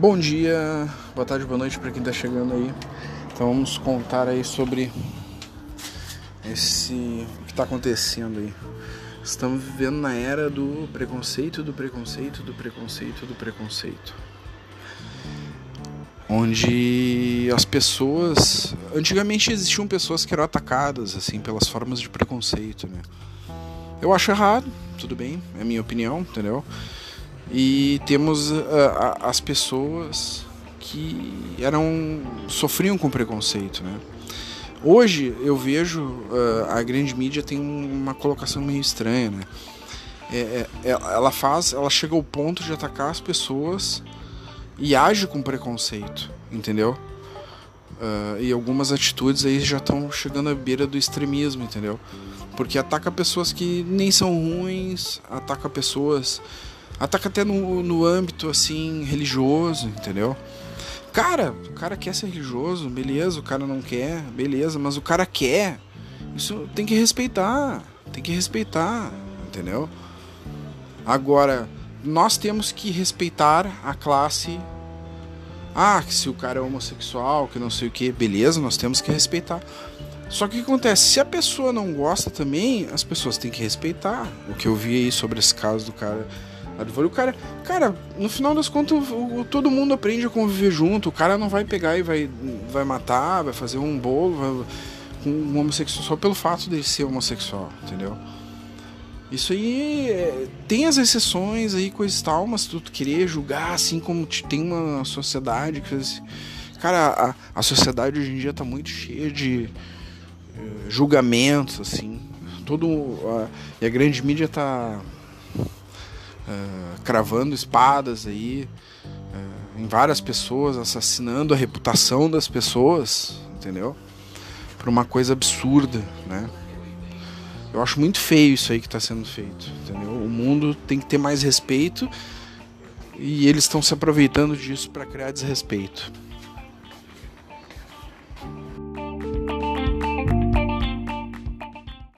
Bom dia, boa tarde, boa noite para quem está chegando aí. Então vamos contar aí sobre o que está acontecendo aí. Estamos vivendo na era do preconceito, onde as pessoas... Antigamente existiam pessoas que eram atacadas assim pelas formas de preconceito, né? Eu acho errado, tudo bem, é a minha opinião, entendeu? E temos as pessoas que sofriam com preconceito, né? Hoje eu vejo a grande mídia tem uma colocação meio estranha, né? Ela chega ao ponto de atacar as pessoas e age com preconceito, entendeu? E algumas atitudes aí já estão chegando à beira do extremismo, entendeu? Porque ataca pessoas que nem são ruins, ataca até no âmbito assim religioso, entendeu? O cara quer ser religioso, beleza, o cara não quer, beleza, mas o cara quer, isso tem que respeitar, entendeu? Agora, nós temos que respeitar a classe. Que se o cara é homossexual, que não sei o que, beleza, nós temos que respeitar. Só que o que acontece? Se a pessoa não gosta também, as pessoas têm que respeitar. O que eu vi aí sobre esse caso do cara. Cara, no final das contas, todo mundo aprende a conviver junto. O cara não vai pegar e vai matar, vai fazer um bolo com um homossexual só pelo fato de ser homossexual, entendeu? Isso aí tem as exceções aí, coisas e tal, mas tu querer julgar assim como tem uma sociedade que... Cara, a sociedade hoje em dia tá muito cheia de julgamentos, assim. E a grande mídia tá cravando espadas aí em várias pessoas, assassinando a reputação das pessoas, entendeu? Por uma coisa absurda, né? Eu acho muito feio isso aí que está sendo feito, entendeu? O mundo tem que ter mais respeito e eles estão se aproveitando disso para criar desrespeito.